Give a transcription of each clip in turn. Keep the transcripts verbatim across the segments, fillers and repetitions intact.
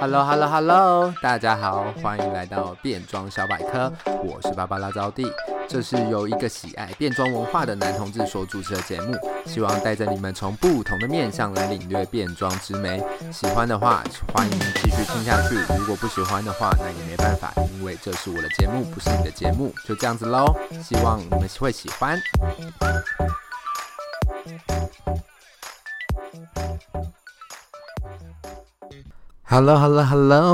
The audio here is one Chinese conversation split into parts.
Hello Hello Hello， 大家好，欢迎来到变装小百科，我是芭芭拉招弟。这是由一个喜爱变装文化的男同志所主持的节目，希望带着你们从不同的面向来领略变装之美。喜欢的话，欢迎继续听下去；如果不喜欢的话，那也没办法，因为这是我的节目，不是你的节目，就这样子咯。希望你们会喜欢。Hello Hello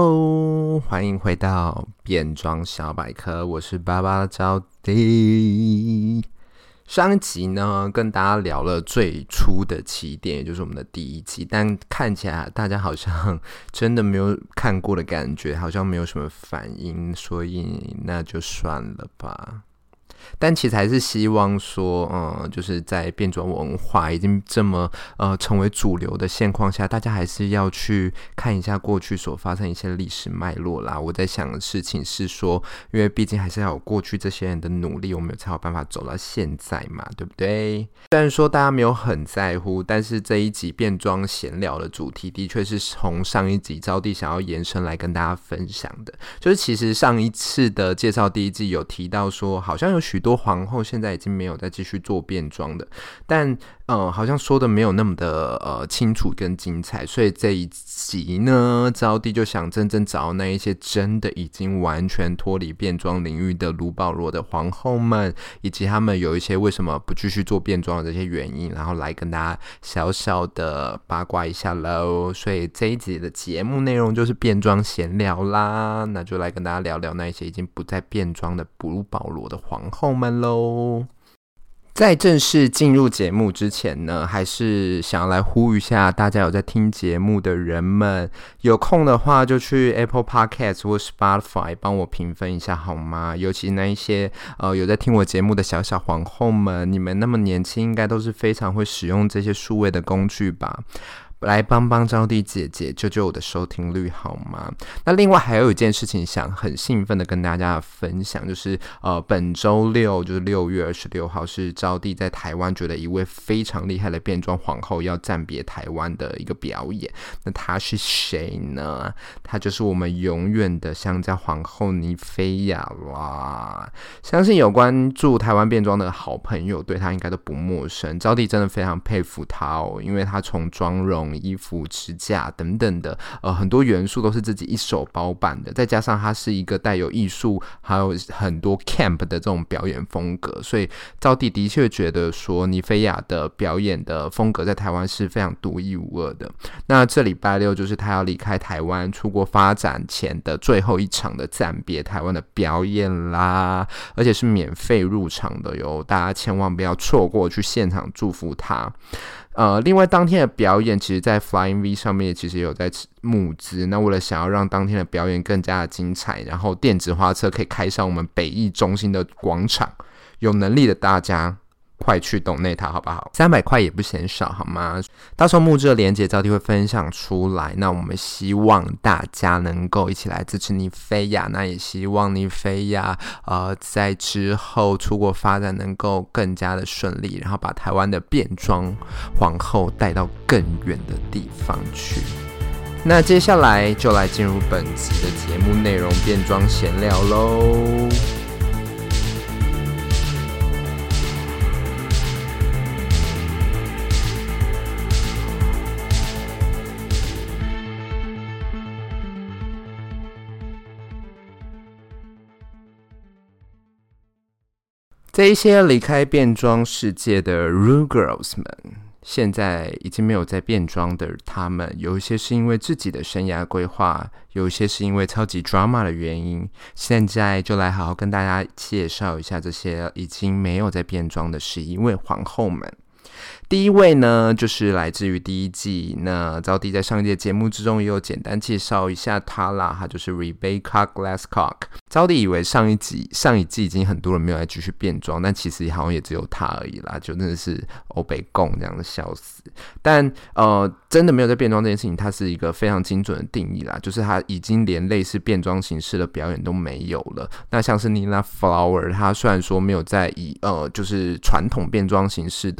Hello， 欢迎回到变装小百科，我是芭芭拉招弟。上一集呢，跟大家聊了最初的起点，也就是我们的第一集，但看起来大家好像真的没有看过的感觉，好像没有什么反应，所以那就算了吧。但其实还是希望说，嗯，就是在变装文化已经这么呃成为主流的现况下，大家还是要去看一下过去所发生一些历史脉络啦。我在想的事情是说，因为毕竟还是要有过去这些人的努力，我们才有办法走到现在嘛，对不对？虽然说大家没有很在乎，但是这一集变装闲聊的主题的确是从上一集招娣想要延伸来跟大家分享的。就是其实上一次的介绍第一季有提到说，好像有许多皇后现在已经没有再继续做变装的，但呃，好像说的没有那么的呃清楚跟精彩，所以这一集呢，招娣就想真正找到那一些真的已经完全脱离变装领域的卢保罗的皇后们，以及他们有一些为什么不继续做变装的这些原因，然后来跟大家小小的八卦一下咯。所以这一集的节目内容就是变装闲聊啦，那就来跟大家聊聊那一些已经不再变装的卢保罗的皇后们咯。在正式进入节目之前呢，还是想要来呼吁一下大家有在听节目的人们，有空的话就去 Apple Podcast 或 Spotify 帮我评分一下好吗？尤其那一些呃有在听我节目的小小皇后们，你们那么年轻，应该都是非常会使用这些数位的工具吧？来帮帮招娣姐姐救救我的收听率好吗？那另外还有一件事情想很兴奋的跟大家分享，就是呃本周六就是六月二十六号是招娣在台湾觉得一位非常厉害的变装皇后要暂别台湾的一个表演。那她是谁呢？她就是我们永远的香蕉皇后妮菲亚啦。相信有关注台湾变装的好朋友对她应该都不陌生，招娣真的非常佩服她哦，因为她从妆容衣服、指甲等等的，呃，很多元素都是自己一手包办的，再加上它是一个带有艺术，还有很多 camp 的这种表演风格，所以招娣的确觉得说，妮菲亚的表演的风格在台湾是非常独一无二的。那这礼拜六就是他要离开台湾出国发展前的最后一场的暂别台湾的表演啦，而且是免费入场的哟，大家千万不要错过去现场祝福他。呃，另外当天的表演其实在 Flying V 上面其实也有在募资，那为了想要让当天的表演更加的精彩，然后电子花车可以开上我们北艺中心的广场，有能力的大家快去donate内它好不好？三百块也不嫌少好吗？到时候募资的连结招娣会分享出来，那我们希望大家能够一起来支持妮菲亚，那也希望妮菲亚呃在之后出国发展能够更加的顺利，然后把台湾的变装皇后带到更远的地方去。那接下来就来进入本集的节目内容，变装闲聊咯。这一些离开变装世界的 Ru Girls 们，现在已经没有在变装的他们，有一些是因为自己的生涯规划，有一些是因为超级 drama 的原因。现在就来好好跟大家介绍一下这些已经没有在变装的十一位皇后们。第一位呢，就是来自于第一季，那招娣在上一届节目之中也有简单介绍一下她啦，她就是 Rebecca Glasscock。招娣以为上一集上一季已经很多人没有再继续变装，但其实好像也只有她而已啦，就真的是欧北共这样的笑死。但呃，真的没有在变装这件事情，它是一个非常精准的定义啦，就是它已经连类似变装形式的表演都没有了。那像是 Nina Flower， 她虽然说没有在以呃就是传统变装形式的表演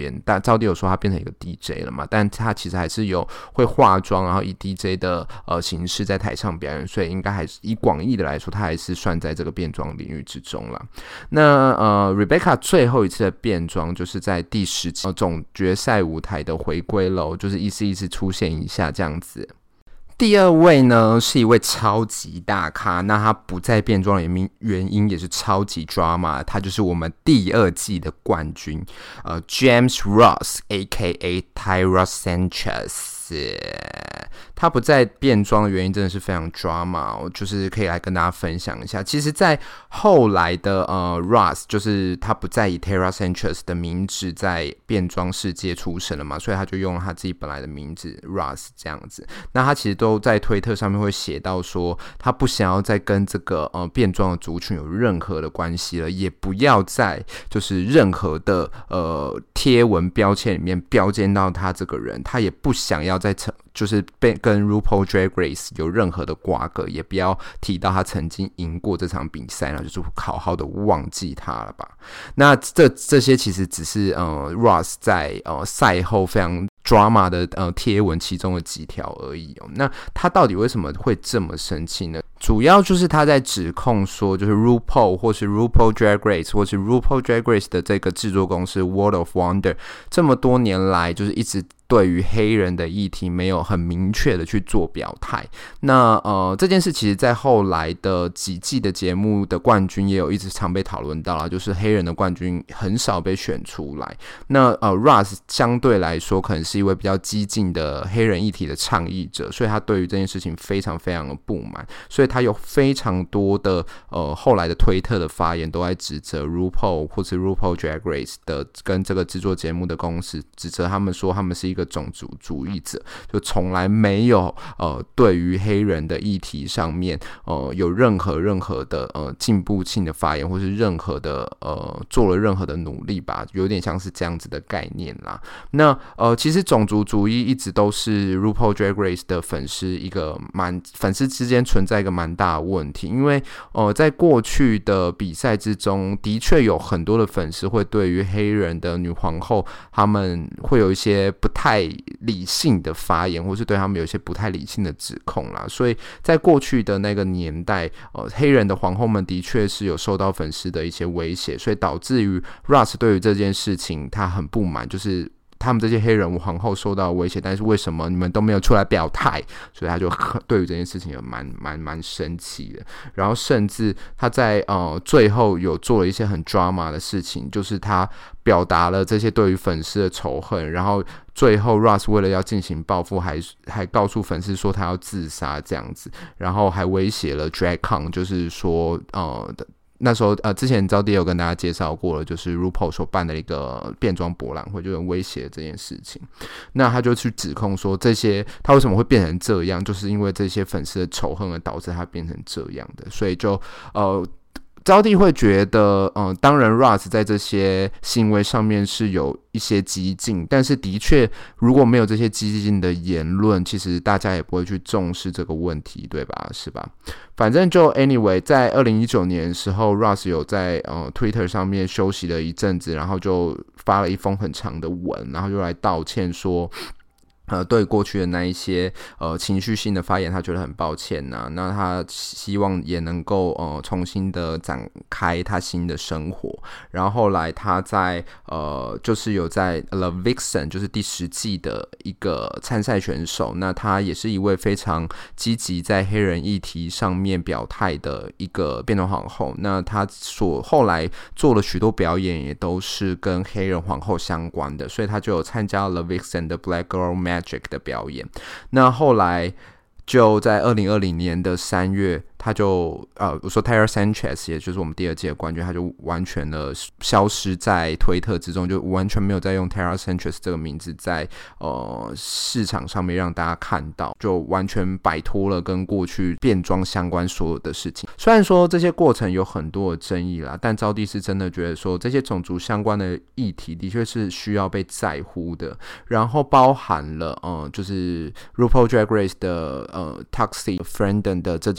演。但招娣有说他变成一个 D J 了嘛，但他其实还是有会化妆，然后以 D J 的呃形式在台上表演，所以应该还是以广义的来说，他还是算在这个变装领域之中啦。那呃 Rebecca 最后一次的变装就是在第十期、呃、总决赛舞台的回归咯，就是一次一次出现一下这样子。第二位呢是一位超级大咖，那他不再变装的原因也是超级 drama， 他就是我们第二季的冠军，呃 James Ross A K A Tyra Sanchez。他不再变装的原因真的是非常 drama， 就是可以来跟大家分享一下。其实在后来的呃 Ross 就是他不再以 Tyra Sanchez 的名字在变装世界出生了嘛，所以他就用了他自己本来的名字 Ross 这样子。那他其实都在推特上面会写到说，他不想要再跟这个呃变装的族群有任何的关系了，也不要在就是任何的呃贴文标签里面标签到他这个人，他也不想要再成就是被跟 RuPaul Drag Race 有任何的瓜葛，也不要提到他曾经赢过这场比赛，那就是好好的忘记他了吧。那这这些其实只是呃 Ross 在呃赛后非常drama 的呃贴文其中的几条而已哦。那他到底为什么会这么生气呢？主要就是他在指控说，就是 RuPaul 或是 RuPaul Drag Race 或是 RuPaul Drag Race 的这个制作公司 World of Wonder 这么多年来就是一直对于黑人的议题没有很明确的去做表态。那呃这件事其实在后来的几季的节目的冠军也有一直常被讨论到啦，就是黑人的冠军很少被选出来。那呃 Ross 相对来说可能是一位比较激进的黑人议题的倡议者，所以他对于这件事情非常非常的不满，所以他有非常多的呃后来的推特的发言都在指责 RuPaul 或是 RuPaul Drag Race 的跟这个制作节目的公司，指责他们说他们是一个种族主义者，就从来没有呃对于黑人的议题上面呃有任何任何的呃进步性的发言，或是任何的呃做了任何的努力吧，有点像是这样子的概念啦。那呃其实种族主义一直都是 RuPaul Drag Race 的粉丝一个蛮粉丝之间存在一个蛮大的问题，因为呃在过去的比赛之中，的确有很多的粉丝会对于黑人的女皇后他们会有一些不太理性的发言，或是对他们有一些不太理性的指控啦。所以在过去的那个年代，呃黑人的皇后们的确是有受到粉丝的一些威胁，所以导致于 Ross 对于这件事情他很不满，就是他们这些黑人皇后受到威胁，但是为什么你们都没有出来表态？所以他就对于这件事情有蛮蛮蛮生气的。然后甚至他在呃最后有做了一些很 drama 的事情，就是他表达了这些对于粉丝的仇恨，然后最后 Ross 为了要进行报复，还还告诉粉丝说他要自杀这样子，然后还威胁了 DragCon， 就是说呃。那时候呃，之前招娣有跟大家介绍过了，就是 RuPaul 所办的一个变装博览会，就有威胁这件事情。那他就去指控说，这些他为什么会变成这样，就是因为这些粉丝的仇恨而导致他变成这样的，所以就呃。招娣会觉得，嗯，当然 Ross 在这些行为上面是有一些激进，但是的确，如果没有这些激进的言论，其实大家也不会去重视这个问题，对吧？是吧？反正就 anyway， 在二零一九年的时候 ，Ross 有在呃 Twitter 上面休息了一阵子，然后就发了一封很长的文，然后就来道歉说。呃，对过去的那一些呃情绪性的发言，他觉得很抱歉呐、啊。那他希望也能够呃重新的展开他新的生活。然后后来他在呃就是有在 The Vixen 就是第十季的一个参赛选手，那他也是一位非常积极在黑人议题上面表态的一个变装皇后。那他所后来做了许多表演，也都是跟黑人皇后相关的，所以他就有参加了 The Vixen 的 Black Girl Magic的表演。那后来就在二零二零年的三月，他就呃，我说 Tyra Sanchez， 也就是我们第二季的冠军，他就完全的消失在推特之中，就完全没有再用 Tyra Sanchez 这个名字在呃市场上面让大家看到，就完全摆脱了跟过去变装相关所有的事情。虽然说这些过程有很多的争议啦，但招娣是真的觉得说这些种族相关的议题的确是需要被在乎的，然后包含了呃，就是 RuPaul Drag Race 的呃 Toxic Friend 的这件事情。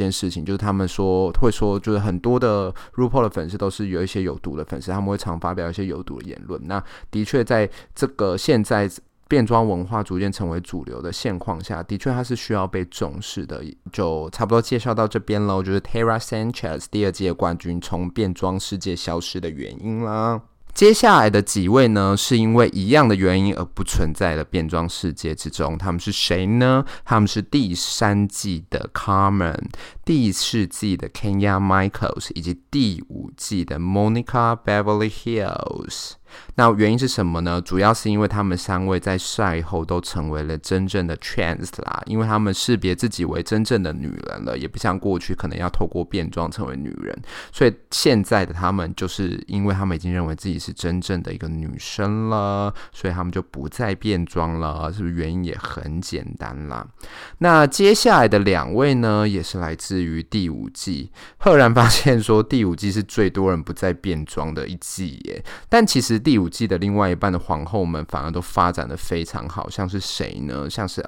就是他们说会说，就是很多的 RuPaul 的粉丝都是有一些有毒的粉丝，他们会常发表一些有毒的言论。那的确在这个现在变装文化逐渐成为主流的现况下，的确它是需要被重视的。就差不多介绍到这边咯，就是 Tara Sanchez 第二届冠军从变装世界消失的原因啦。接下来的几位呢，是因为一样的原因而不存在的变装世界之中。他们是谁呢？他们是第三季的 Carmen， 第四季的 Kenya Michaels 以及第五季的 Monica Beverly Hills。那原因是什么呢？主要是因为他们三位在赛后都成为了真正的 trans 啦，因为他们识别自己为真正的女人了，也不像过去可能要透过变装成为女人，所以现在的他们就是因为他们已经认为自己是真正的一个女生了，所以他们就不再变装了，是不是原因也很简单啦？那接下来的两位呢，也是来自于第五季，赫然发现说第五季是最多人不再变装的一季耶，但其实第五季的另外一半的皇后们反而都发展得非常好，像是谁呢？像是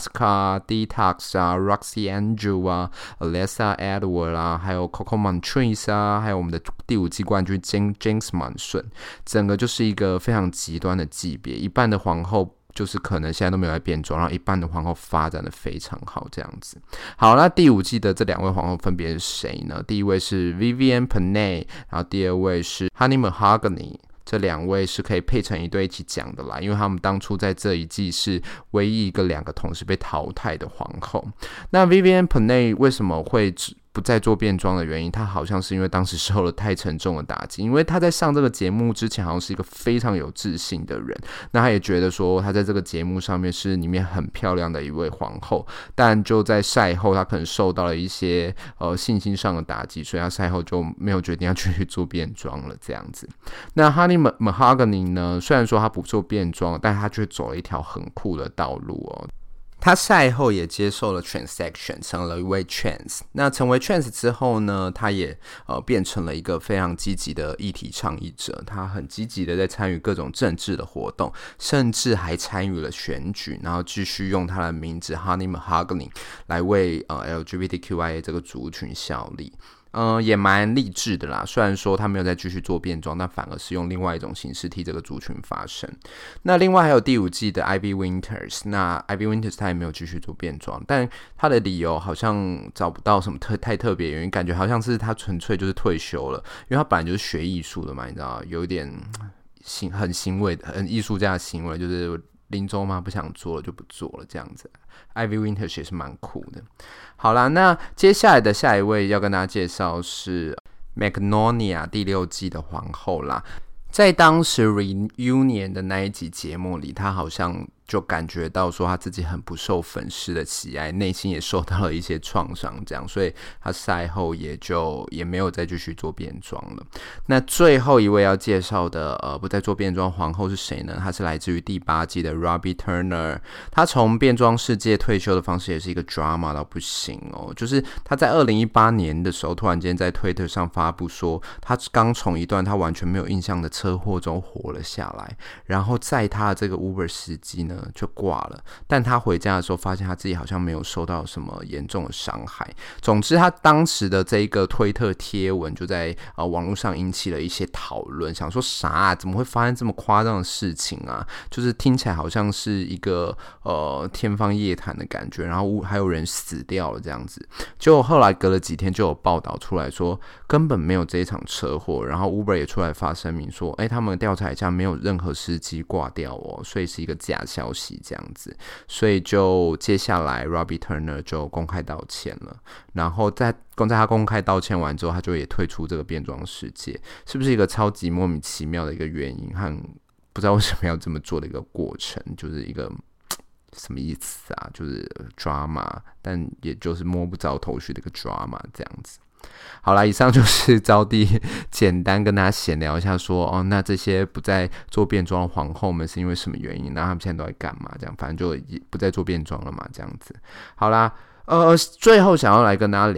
Alaska、Detox 啊、Roxy Andrew 啊、Alessa Edward 啊，还有 Coco Montrese 啊，还有我们的第五季冠军 James Monsoon， 整个就是一个非常极端的级别，一半的皇后就是可能现在都没有在变装，然后一半的皇后发展的非常好，这样子。好，那第五季的这两位皇后分别是谁呢？第一位是 Vivienne Panay， 然后第二位是 Honey Mahogany。这两位是可以配成一对一起讲的啦，因为他们当初在这一季是唯一一个两个同时被淘汰的皇后。那 Vivienne Panay 为什么会不再做变装的原因，他好像是因为当时受了太沉重的打击，因为他在上这个节目之前好像是一个非常有自信的人，那他也觉得说他在这个节目上面是里面很漂亮的一位皇后，但就在赛后他可能受到了一些呃信心上的打击，所以他赛后就没有决定要继续做变装了这样子。那 Honey Mahogany 呢，虽然说他不做变装，但他却走了一条很酷的道路哦。他赛后也接受了 transaction， 成了一位 trans。那成为 trans 之后呢，他也呃变成了一个非常积极的议题倡议者。他很积极的在参与各种政治的活动，甚至还参与了选举，然后继续用他的名字 Honey Mahogany 来为呃 L G B T Q I A 这个族群效力。嗯，也蛮励志的啦。虽然说他没有再继续做变装，但反而是用另外一种形式替这个族群发声。那另外还有第五季的 Ivy Winters， 那 Ivy Winters 他也没有继续做变装，但他的理由好像找不到什么特太特别原因，感觉好像是他纯粹就是退休了，因为他本来就是学艺术的嘛，你知道，有一点行很行为很艺术家的行为，就是临终嘛不想做了就不做了这样子。Ivy Winters 也是蛮酷的。好啦，那接下来的下一位要跟大家介绍是 Magnolia 第六季的皇后啦。在当时 Reunion 的那一集节目里，她好像就感觉到说他自己很不受粉丝的喜爱，内心也受到了一些创伤，这样，所以他赛后也就也没有再继续做变装了。那最后一位要介绍的呃不再做变装皇后是谁呢？她是来自于第八季的 Robbie Turner。她从变装世界退休的方式也是一个 drama 到不行哦，就是她在二零一八年的时候突然间在 Twitter 上发布说，她刚从一段她完全没有印象的车祸中活了下来，然后在她的这个 Uber 司机呢就挂了，但他回家的时候发现他自己好像没有受到什么严重的伤害。总之他当时的这一个推特贴文就在、呃、网络上引起了一些讨论，想说啥啊，怎么会发生这么夸张的事情啊，就是听起来好像是一个呃天方夜谭的感觉，然后还有人死掉了这样子。就后来隔了几天就有报道出来说根本没有这一场车祸，然后 Uber 也出来发声明说哎，他们调查一下没有任何司机挂掉哦，所以是一个假消息这样子。所以就接下来 Robbie Turner 就公开道歉了，然后在在他公开道歉完之后，他就也退出这个变装世界，是不是一个超级莫名其妙的一个原因和不知道为什么要这么做的一个过程，就是一个什么意思啊，就是 drama， 但也就是摸不着头绪的一个 drama 这样子。好啦，以上就是招娣简单跟大家闲聊一下说哦，那这些不再做变装的皇后们是因为什么原因，然后他们现在都在干嘛，这样反正就不再做变装了嘛这样子。好啦，呃，最后想要来跟大家聊聊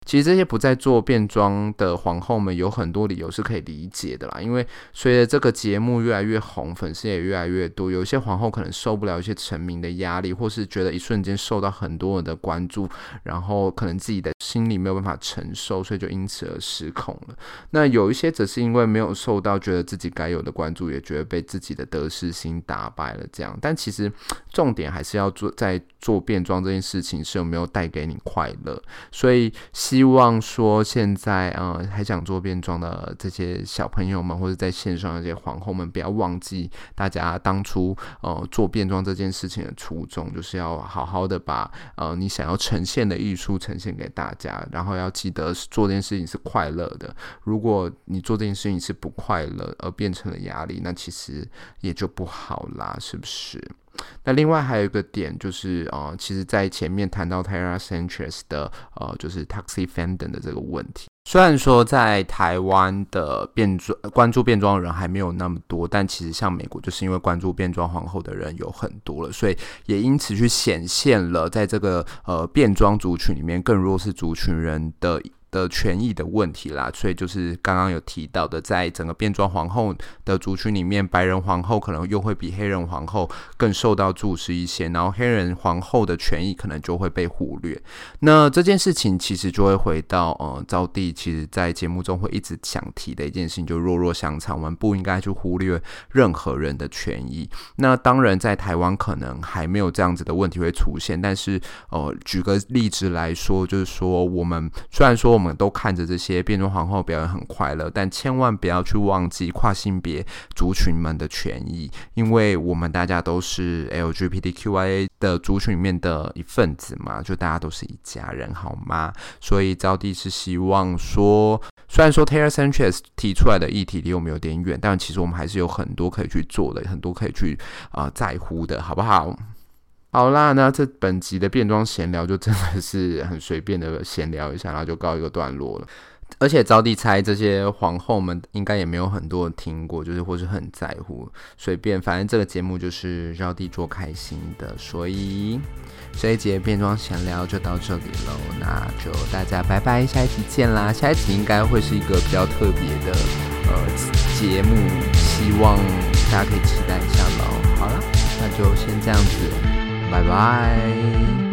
其实这些不再做变装的皇后们有很多理由是可以理解的啦，因为随着这个节目越来越红，粉丝也越来越多，有些皇后可能受不了一些成名的压力，或是觉得一瞬间受到很多人的关注，然后可能自己的心里没有办法承受，所以就因此而失控了。那有一些则是因为没有受到觉得自己该有的关注，也觉得被自己的得失心打败了这样。但其实重点还是要做在做变装这件事情是有没有带给你快乐，所以希望说现在呃还想做变装的这些小朋友们，或者在线上的这些皇后们，不要忘记大家当初呃做变装这件事情的初衷，就是要好好的把呃你想要呈现的艺术呈现给大家，然后要记得做这件事情是快乐的。如果你做这件事情是不快乐而变成了压力，那其实也就不好啦，是不是？那另外还有一个点就是，呃，其实在前面谈到 Tara Sanchez 的呃，就是 Toxic Fandom 的这个问题。虽然说在台湾的变装关注变装的人还没有那么多，但其实像美国就是因为关注变装皇后的人有很多了，所以也因此去显现了在这个呃变装族群里面更弱势族群人的的权益的问题啦，所以就是刚刚有提到的，在整个变装皇后的族群里面，白人皇后可能又会比黑人皇后更受到注视一些，然后黑人皇后的权益可能就会被忽略。那这件事情其实就会回到呃，招娣其实在节目中会一直想提的一件事情，就弱弱相残，我们不应该去忽略任何人的权益。那当然在台湾可能还没有这样子的问题会出现，但是呃，举个例子来说，就是说我们虽然说我们都看着这些变装皇后表演很快乐，但千万不要去忘记跨性别族群们的权益，因为我们大家都是 L G B T Q I A 的族群里面的一份子嘛，就大家都是一家人好吗？所以招娣是希望说，虽然说 Tara Sanchez 提出来的议题离我们有点远，但其实我们还是有很多可以去做的，很多可以去、呃、在乎的，好不好？好啦，那这本集的变装闲聊就真的是很随便的闲聊一下，然后就告一个段落了。而且招娣猜这些皇后们应该也没有很多人听过，就是或是很在乎，随便，反正这个节目就是招娣做开心的，所以这一节变装闲聊就到这里喽，那就大家拜拜，下一集见啦！下一集应该会是一个比较特别的呃节目，希望大家可以期待一下喽。好啦，那就先这样子，拜拜。